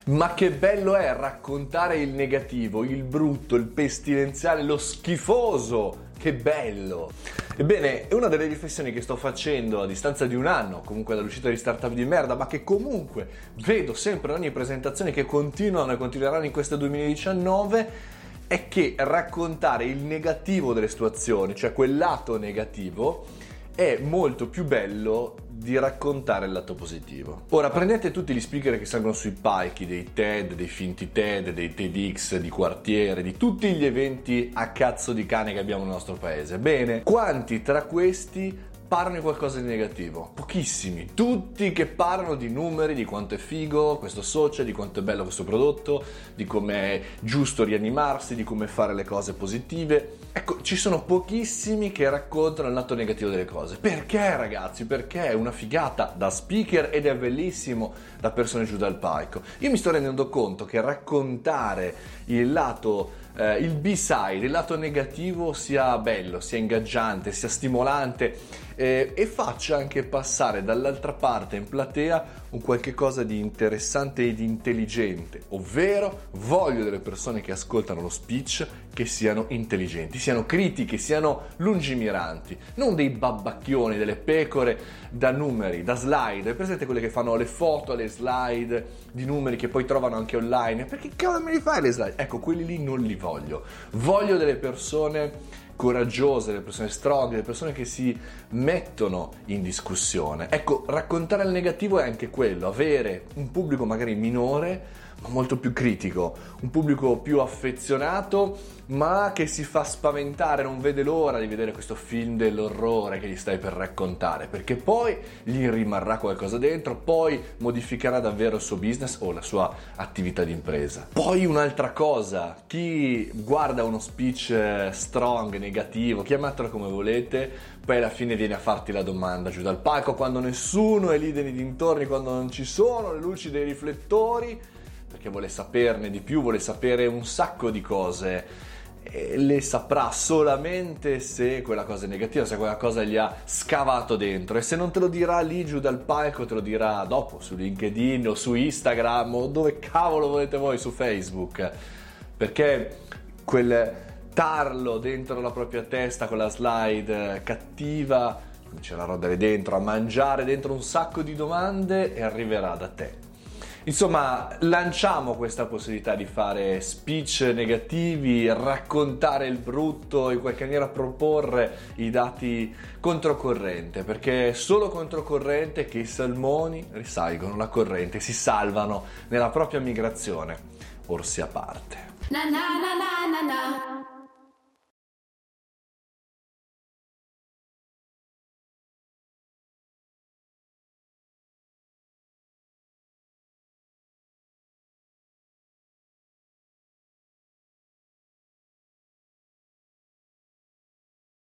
Ma che bello è raccontare il negativo, il brutto, il pestilenziale, lo schifoso! Che bello! Ebbene, è una delle riflessioni che sto facendo a distanza di un anno, comunque dall'uscita di Startup di merda, ma che comunque vedo sempre in ogni presentazione che continuano e continueranno in questo 2019, è che raccontare il negativo delle situazioni, cioè quel lato negativo, è molto più bello di raccontare il lato positivo. Ora, prendete tutti gli speaker che salgono sui palchi, dei TED, dei finti TED, dei TEDx di quartiere, di tutti gli eventi a cazzo di cane che abbiamo nel nostro paese. Bene, quanti tra questi parlano di qualcosa di negativo? Pochissimi. Tutti che parlano di numeri, di quanto è figo questo social, di quanto è bello questo prodotto, di come è giusto rianimarsi, di come fare le cose positive. Ecco, ci sono pochissimi che raccontano il lato negativo delle cose. Perché, ragazzi? Perché è una figata da speaker ed è bellissimo da persone giù dal palco. Io mi sto rendendo conto che raccontare il lato il B-side, il lato negativo sia bello, sia ingaggiante, sia stimolante e faccia anche passare dall'altra parte in platea un qualche cosa di interessante e di intelligente, ovvero voglio delle persone che ascoltano lo speech che siano intelligenti, siano critiche, siano lungimiranti, non dei babbacchioni, delle pecore da numeri, da slide. Presente quelle che fanno le foto, le slide di numeri che poi trovano anche online? Perché cavolo me li fai le slide? Ecco, quelli lì non li voglio. Voglio delle persone coraggiose, delle persone strong, delle persone che si mettono in discussione. Ecco, raccontare il negativo è anche quello, avere un pubblico magari minore ma molto più critico, un pubblico più affezionato ma che si fa spaventare, non vede l'ora di vedere questo film dell'orrore che gli stai per raccontare, perché poi gli rimarrà qualcosa dentro, poi modificherà davvero il suo business o la sua attività di impresa. Poi un'altra cosa, chi guarda uno speech strong, negativo, chiamatelo come volete, poi alla fine viene a farti la domanda giù dal palco quando nessuno è lì nei dintorni, quando non ci sono le luci dei riflettori, perché vuole saperne di più, vuole sapere un sacco di cose e le saprà solamente se quella cosa è negativa, se quella cosa gli ha scavato dentro, e se non te lo dirà lì giù dal palco te lo dirà dopo su LinkedIn o su Instagram o dove cavolo volete voi, su Facebook, perché quel tarlo dentro la propria testa con la slide cattiva comincerà a rodere dentro, a mangiare dentro un sacco di domande e arriverà da te. Insomma, lanciamo questa possibilità di fare speech negativi, raccontare il brutto, in qualche maniera proporre i dati controcorrente, perché è solo controcorrente che i salmoni risalgono la corrente, si salvano nella propria migrazione, orsi a parte. Na na na na na na.